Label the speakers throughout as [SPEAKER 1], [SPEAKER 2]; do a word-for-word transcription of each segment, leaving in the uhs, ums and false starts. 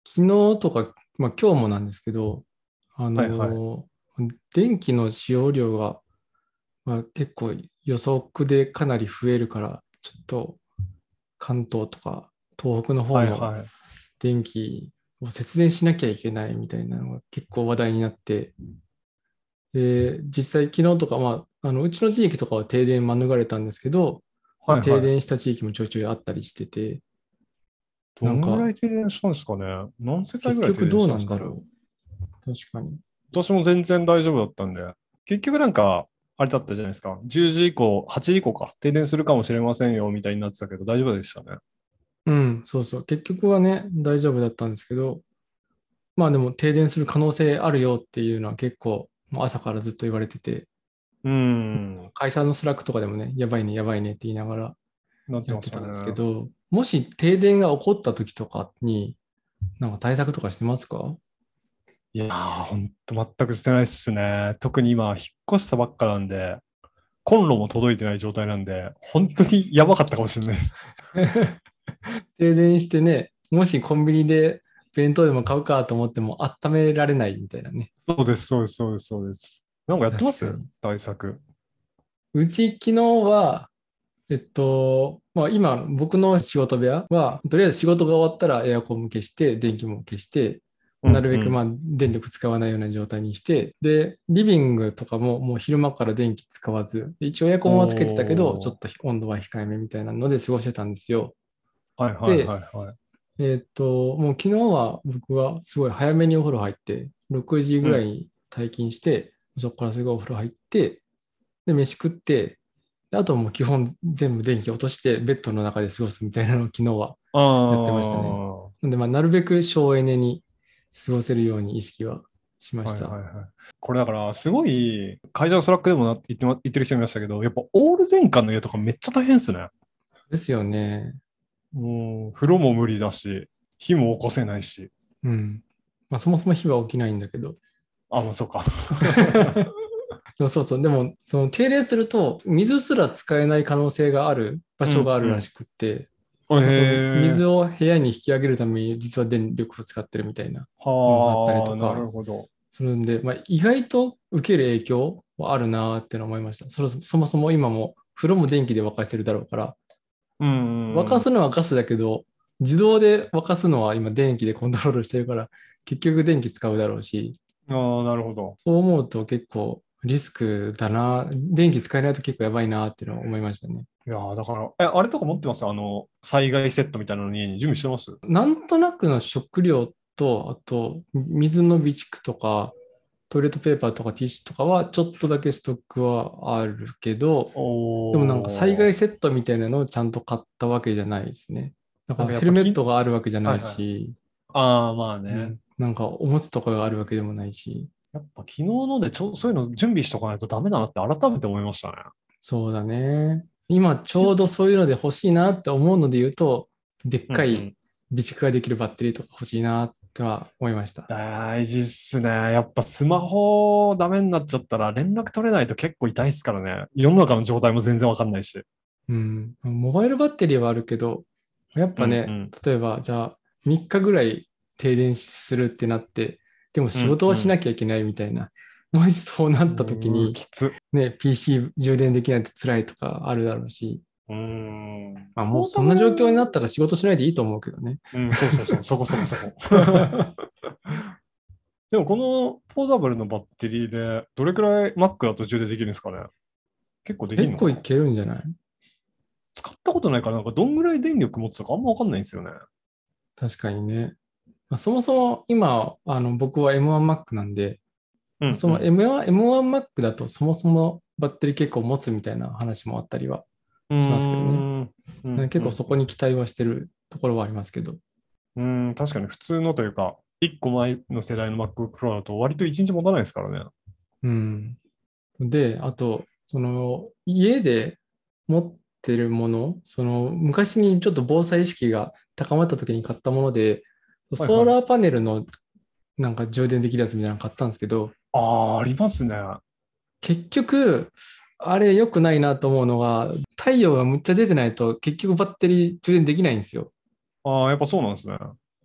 [SPEAKER 1] 昨日とか、まあ今日もなんですけど、あ
[SPEAKER 2] はいはい。
[SPEAKER 1] のー電気の使用量が、まあ、結構予測でかなり増えるから、ちょっと関東とか東北の方の
[SPEAKER 2] はいはい。
[SPEAKER 1] 電気を節電しなきゃいけないみたいなのが結構話題になって、で、実際昨日とか、まあ、あの、うちの地域とかは停電免れたんですけど、まあ、
[SPEAKER 2] はいはい。
[SPEAKER 1] 停電した地域もちょいちょいあったりしてて、
[SPEAKER 2] どんぐら
[SPEAKER 1] なんか
[SPEAKER 2] い停電したんですかね。何世帯
[SPEAKER 1] 結
[SPEAKER 2] ぐらい停
[SPEAKER 1] 局どうな
[SPEAKER 2] 電したんですかね。
[SPEAKER 1] んだろう。確かに。
[SPEAKER 2] 私も全然大丈夫だったんで。結局なんか、あれだったじゃないですか。じゅうじ以降、はちじ以降か。停電するかもしれませんよ、みたいになってたけど、大丈夫でしたね。
[SPEAKER 1] うん、そうそう。結局はね、大丈夫だったんですけど、まあでも停電する可能性あるよっていうのは結構、もう朝からずっと言われてて、
[SPEAKER 2] うーん。
[SPEAKER 1] 会社のスラックとかでもね、やばいね、やばいねって言いながら
[SPEAKER 2] なって
[SPEAKER 1] やっ
[SPEAKER 2] ましたね。
[SPEAKER 1] てたんですけど、もし停電が起こった時とかに、なんか対策とかしてますか？
[SPEAKER 2] いやー、ほんと全くしてないっすね。特に今、引っ越したばっかなんで、コンロも届いてない状態なんで、本当にやばかったかもしれないです。
[SPEAKER 1] 停電してね、もしコンビニで弁当でも買うかと思っても温められないみたいなね。
[SPEAKER 2] そうです、そうです、そうです、そうです。なんかやってます
[SPEAKER 1] 確かに。
[SPEAKER 2] 対策。
[SPEAKER 1] うち昨日は、えっと、まあ、今、僕の仕事部屋は、とりあえず仕事が終わったらエアコンも消して、電気も消して、なるべくま
[SPEAKER 2] うんうん。
[SPEAKER 1] あ電力使わないような状態にして、で、リビングとかももう昼間から電気使わず、で一応エアコンはつけてたけど、ちょっ
[SPEAKER 2] おー。
[SPEAKER 1] と温度は控えめみたいなので過ごしてたんですよ。
[SPEAKER 2] はいはい
[SPEAKER 1] で、
[SPEAKER 2] はいはい。
[SPEAKER 1] えっと、もう昨日は僕はすごい早めにお風呂入って、ろくじ
[SPEAKER 2] うん。
[SPEAKER 1] ぐらいに退勤して、そこからすぐお風呂入って、で、飯食って、であとはもう基本全部電気落としてベッドの中で過ごすみたいなのを昨日は
[SPEAKER 2] あ
[SPEAKER 1] やってましたね。
[SPEAKER 2] あ、は
[SPEAKER 1] なので、まあ、なるべく省エネに過ごせるように意識はしま
[SPEAKER 2] いはい
[SPEAKER 1] した。
[SPEAKER 2] はい。これだから、すごい、会社のスラックでもな言ってま、言ってる人いましたけど、やっぱオール電化の家とかめっちゃ大変ですね。
[SPEAKER 1] ですよね。
[SPEAKER 2] もう、風呂も無理だし、火も起こせないし。
[SPEAKER 1] うん。まあ、そもそも火は起きないんだけど。
[SPEAKER 2] あ、まあそうか。
[SPEAKER 1] でもそうそう。でも、その停電すると、水すら使えない可能性がある場
[SPEAKER 2] う
[SPEAKER 1] 所が
[SPEAKER 2] んうん。
[SPEAKER 1] あるらしくって、
[SPEAKER 2] へ
[SPEAKER 1] まあ、その水
[SPEAKER 2] え。
[SPEAKER 1] を部屋に引き上げるために実は電力を使ってるみたいなのがあったり
[SPEAKER 2] はあ、な
[SPEAKER 1] とか
[SPEAKER 2] るほど。
[SPEAKER 1] するんで、まあ、意外と受ける影響はあるなーっての思いました。そろそそもそも今も風呂も電気で沸かしてるだろうから、
[SPEAKER 2] う
[SPEAKER 1] 沸か
[SPEAKER 2] んうん。
[SPEAKER 1] すのはガスだけど、自動で沸かすのは今電気でコントロールしてるから、結局電気使うだろうし、
[SPEAKER 2] ああ、なるほど。
[SPEAKER 1] そう思うと結構リスクだな、電気使えないと結構やばいなっていうのを思いましたね。
[SPEAKER 2] いやーだから、え、あれとか持ってますあの、災害セットみたいなのに準備してます？
[SPEAKER 1] なんとなくの食料と、あと水の備蓄とか、トイレットペーパーとかティッシュとかはちょっとだけストックはあるけど、でもなんか災
[SPEAKER 2] おー。
[SPEAKER 1] 害セットみたいなのをちゃんと買ったわけじゃないですね。なん
[SPEAKER 2] なん
[SPEAKER 1] かヘルメッ
[SPEAKER 2] かやっぱき、
[SPEAKER 1] トがあるわけじゃない
[SPEAKER 2] はいはい。
[SPEAKER 1] し、
[SPEAKER 2] ああ、まあね。
[SPEAKER 1] うん、なんかおむつとかがあるわけでもないし、
[SPEAKER 2] やっぱ昨日のでちょ、そういうの準備しとかないとダメだなって改めて思いましたね。
[SPEAKER 1] そうだね。今ち
[SPEAKER 2] し
[SPEAKER 1] ょうどそういうので欲しいなって思うので言うと、でっかい
[SPEAKER 2] うんうん。
[SPEAKER 1] 備蓄ができるバッテリーとか欲しいなっては思いました。
[SPEAKER 2] 大事っすね。やっぱスマホダメになっちゃったら連絡取れないと結構痛いっすからね。世の中の状態も全然わかんないし。
[SPEAKER 1] うん。モバイルバッテリーはあるけど、やっぱね、
[SPEAKER 2] うんうん。
[SPEAKER 1] 例えばじゃあみっかぐらい停電するってなって、でも
[SPEAKER 2] う
[SPEAKER 1] 仕事はしな
[SPEAKER 2] んうん。
[SPEAKER 1] きゃいけないみたいな。もしそうなった時
[SPEAKER 2] うー、
[SPEAKER 1] に、
[SPEAKER 2] きつ。
[SPEAKER 1] ね、ピーシー 充電できないと辛いとかあるだろうし、
[SPEAKER 2] うーん。
[SPEAKER 1] まあもう
[SPEAKER 2] ポータブル、
[SPEAKER 1] そんな状況になったら仕事しないでいいと思うけどね。
[SPEAKER 2] うん、そうそうそう、そこそこそこ。でもこのポータブルのバッテリーでどれくらい Mac だと充電できるんですかね？結構できるのかな？
[SPEAKER 1] 結構いけるんじゃない？
[SPEAKER 2] 使ったことないからなんかどんぐらい電力持つのかあんまわかんないんですよね。
[SPEAKER 1] 確かにね。まあ、そもそも今、あの僕は エムワンマック なんで、その
[SPEAKER 2] うんうん。
[SPEAKER 1] エムワン、エムワンマック だとそもそもバッテリー結構持つみたいな話もあったりは
[SPEAKER 2] うー
[SPEAKER 1] しますけどね。
[SPEAKER 2] ん。うん
[SPEAKER 1] 結構そこ
[SPEAKER 2] うんうん。
[SPEAKER 1] に期待はしてるところはありますけど。
[SPEAKER 2] うーん、確かに普通のというか、いっこまえの世代の MacBook Pro だと割といちにち持たないですからね。
[SPEAKER 1] うん。で、あと、その家で持ってるもの、その昔にちょっと防災意識が高まった時に買ったもので、ソー
[SPEAKER 2] はいはい。
[SPEAKER 1] ラーパネルのなんか充電できるやつみたいなの買ったんですけど、
[SPEAKER 2] ああ、ありますね。あ
[SPEAKER 1] 結局、あれ良くないなと思うのが、太陽がむっちゃ出てないと結局バッテリー充電できないんですよ。
[SPEAKER 2] あ、やっぱそうなんですね。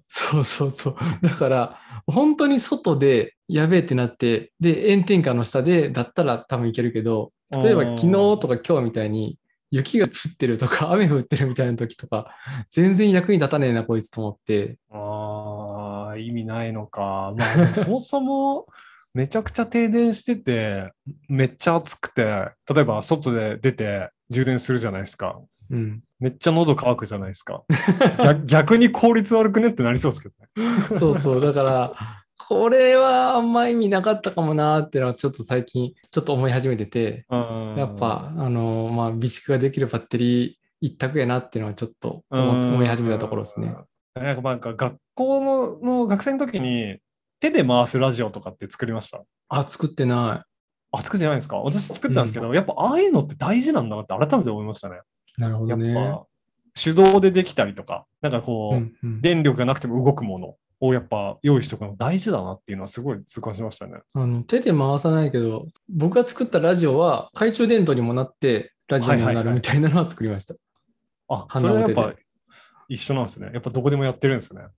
[SPEAKER 1] そうそうそう。だから、本当に外でやべえってなって、で、炎天下の下でだったら多分いけるけど、例えば昨日とか今日みたいに雪が降ってるとか雨降ってるみたいな時とか、全然役に立たねえな、こいつと思って。
[SPEAKER 2] ああ、意味ないのか。まあでもそもそもめちゃくちゃ停電してて、めっちゃ暑くて、例えば外で出て充電するじゃないですか。
[SPEAKER 1] うん。
[SPEAKER 2] めっちゃ喉乾くじゃないですか。逆逆に効率悪くねってなりそうですけどね。
[SPEAKER 1] そうそう。だから、これはあんま意味なかったかもなーっていうのはちょっと最近ちょっと思い始めてて、
[SPEAKER 2] うん。
[SPEAKER 1] やっぱ、あの、まあ、備蓄ができるバッテリー一択やなっていうのはちょっと
[SPEAKER 2] う
[SPEAKER 1] 思思い始めたところですね。
[SPEAKER 2] ん。なんかなんか学校の、の学生の時に手で回すラジオとかって作りました？
[SPEAKER 1] あ、作ってな
[SPEAKER 2] あ、作ってないんですか？私作っ
[SPEAKER 1] い。うん。
[SPEAKER 2] たんですけど、やっぱああいうのって大事なんだなって改めて思いましたね。
[SPEAKER 1] なるほどね。
[SPEAKER 2] やっぱ手動でできたりとか、なんかこう、
[SPEAKER 1] うん、うん。
[SPEAKER 2] 電力がなくても動くものをやっぱ用意しておくの大事だなっていうのはすごい痛感しましたね。
[SPEAKER 1] あの、手で回さないけど、僕が作ったラジオは懐中電灯にもなって、ラジオにもなる
[SPEAKER 2] はいはいはい。
[SPEAKER 1] みたいなのは作りました。
[SPEAKER 2] あ、それはやっぱ
[SPEAKER 1] 鼻を手で。
[SPEAKER 2] 一緒なんですね。やっぱどこでもやってるんですね。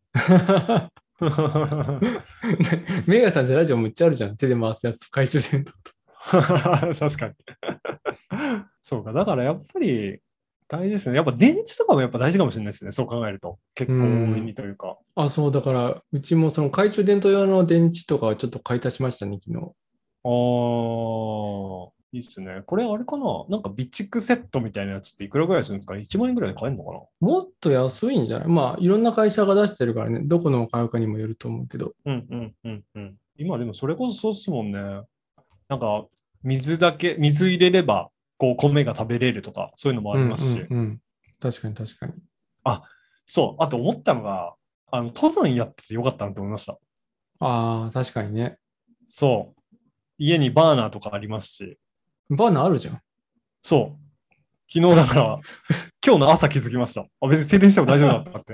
[SPEAKER 1] メガさんじゃラジオむっちゃあるじゃん。手で回すやつと懐中電灯と。
[SPEAKER 2] 確かに。そうか。だからやっぱり大事ですね。やっぱ電池とかもやっぱ大事かもしれないですね。そう考えると。
[SPEAKER 1] う
[SPEAKER 2] 結構多めに
[SPEAKER 1] ん。
[SPEAKER 2] というか。
[SPEAKER 1] あ、そう、だから、うちもその懐中電灯用の電池とかはちょっと買い足しましたね、昨日。
[SPEAKER 2] ああ、いいっすね。これあれかな、なんか備蓄セットみたいなやつっていくらぐらいするんですか？ いち 万円ぐらいで買えるのかな？
[SPEAKER 1] もっと安いんじゃない？まあ、いろんな会社が出してるからね、どこのを買うかにもよると思うけど。
[SPEAKER 2] うんうんうんうん。今でもそれこそそうっすもんね。なんか水だけ、水入れればこう米が食べれるとか、そういうのもあ
[SPEAKER 1] うんう
[SPEAKER 2] りますし。
[SPEAKER 1] んうん。確かに確かに。
[SPEAKER 2] あ、そう。あと思ったのが、あの、登山やっててよかったなと思いました。
[SPEAKER 1] ああ、確かにね。
[SPEAKER 2] そう。家にバーナーとかありますし。
[SPEAKER 1] バーナーあるじゃん。
[SPEAKER 2] そう。昨日だから、今日の朝気づきました。あ、別に停電しても大丈夫だったって。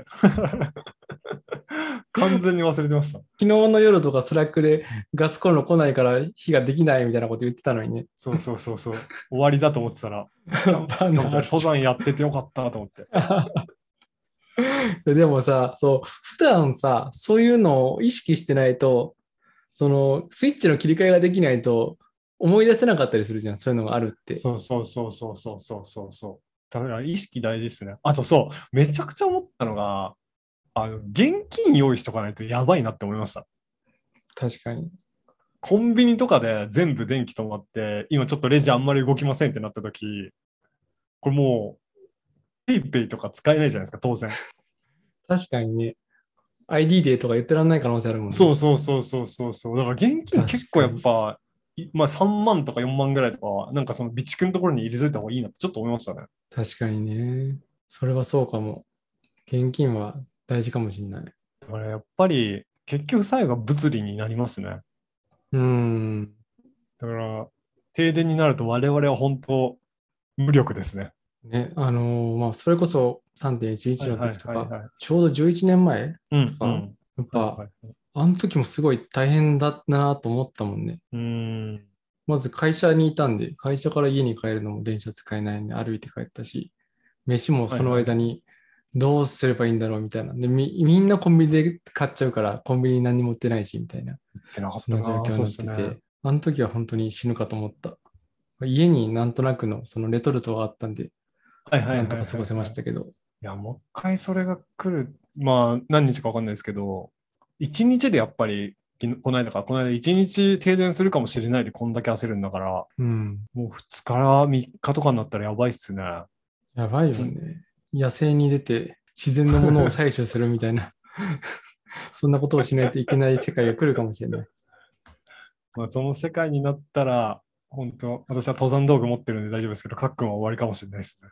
[SPEAKER 2] 完全に忘れてました。
[SPEAKER 1] 昨日の夜とかスラックでガスコンロ来ないから火ができないみたいなこと言ってたのにね。
[SPEAKER 2] そうそうそうそう。終わりだと思ってたら、いや、
[SPEAKER 1] バーナ
[SPEAKER 2] 今日登
[SPEAKER 1] ーあるじ
[SPEAKER 2] 山やっててよかったと思って。
[SPEAKER 1] ゃん。でもさ、そう、普段さ、そういうのを意識してないと、そのスイッチの切り替えができないと思い出せなかったりするじゃん。そういうのがあるって。
[SPEAKER 2] そうそうそうそうそうそうそうそう。だから意識大事ですね。あとそう、めちゃくちゃ思ったのが、あの、現金用意しとかないとやばいなって思いました。
[SPEAKER 1] 確かに。
[SPEAKER 2] コンビニとかで全部電気止まって、今ちょっとレジあんまり動きませんってなった時、これもう、ペイペイとか使えないじゃないですか、当然。
[SPEAKER 1] 確かにね。アイディー デーとか言ってらんない可能性あるもんね。
[SPEAKER 2] そうそうそうそうそうそう。だから現金結構やっ
[SPEAKER 1] 確かに。
[SPEAKER 2] ぱ、いまあさんまんとかよんまんぐらいとかは、なんかその備蓄のところに入れといた方がいいなってちょっと思いましたね。
[SPEAKER 1] 確かにね。それはそうかも。現金は大事かもしれない。
[SPEAKER 2] だからやっぱり、結局最後は物理になりますね。
[SPEAKER 1] うーん。
[SPEAKER 2] だから、停電になると我々は本当、無力ですね。
[SPEAKER 1] ね、あのーまあ、それこそさんてんいちいちの
[SPEAKER 2] はいはい
[SPEAKER 1] 時とか、
[SPEAKER 2] はいはい。
[SPEAKER 1] ちょうどじゅういちねんまえ
[SPEAKER 2] うんう
[SPEAKER 1] とか、
[SPEAKER 2] ん。
[SPEAKER 1] やっぱ、
[SPEAKER 2] はいはい。
[SPEAKER 1] あの時もすごい大変だったなと思ったもんね。
[SPEAKER 2] うーん。
[SPEAKER 1] まず会社にいたんで、会社から家に帰るのも電車使えないんで歩いて帰ったし、飯もその
[SPEAKER 2] はいはい。
[SPEAKER 1] 間にどうすればいいんだろうみたいな。で、み、みんなコンビニで買っちゃうから、コンビニに何にも売ってないし、みたいな、
[SPEAKER 2] ってなかっ
[SPEAKER 1] そんな状
[SPEAKER 2] たな。
[SPEAKER 1] 況になっ
[SPEAKER 2] そうっすね。は
[SPEAKER 1] てて、あの時は本当に死ぬかと思った。家になんとなくのそのレトルトがあったんで、
[SPEAKER 2] いはいはい
[SPEAKER 1] なんとか過ごせま
[SPEAKER 2] はいはい。
[SPEAKER 1] したけど。
[SPEAKER 2] いや、もう一回それが来る、まあ、何日かわかんないですけど、一日でやっぱり、きこの間か、この間一日停電するかもしれないで、こんだけ焦るんだから、
[SPEAKER 1] うん。
[SPEAKER 2] もうふつか、みっかとかになったらやばいっすね。
[SPEAKER 1] やばいよ
[SPEAKER 2] うん。
[SPEAKER 1] ね。野生に出て自然のものを採取するみたいなそんなことをしないといけない世界が来るかもしれない。
[SPEAKER 2] まあ、その世界になったら、本当、私は登山道具持ってるんで大丈夫ですけど、カックンは終わりかもしれないですね。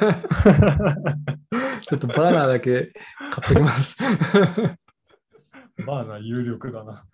[SPEAKER 1] ちょっとバーナーだけ買っときます
[SPEAKER 2] バーナー有力だな。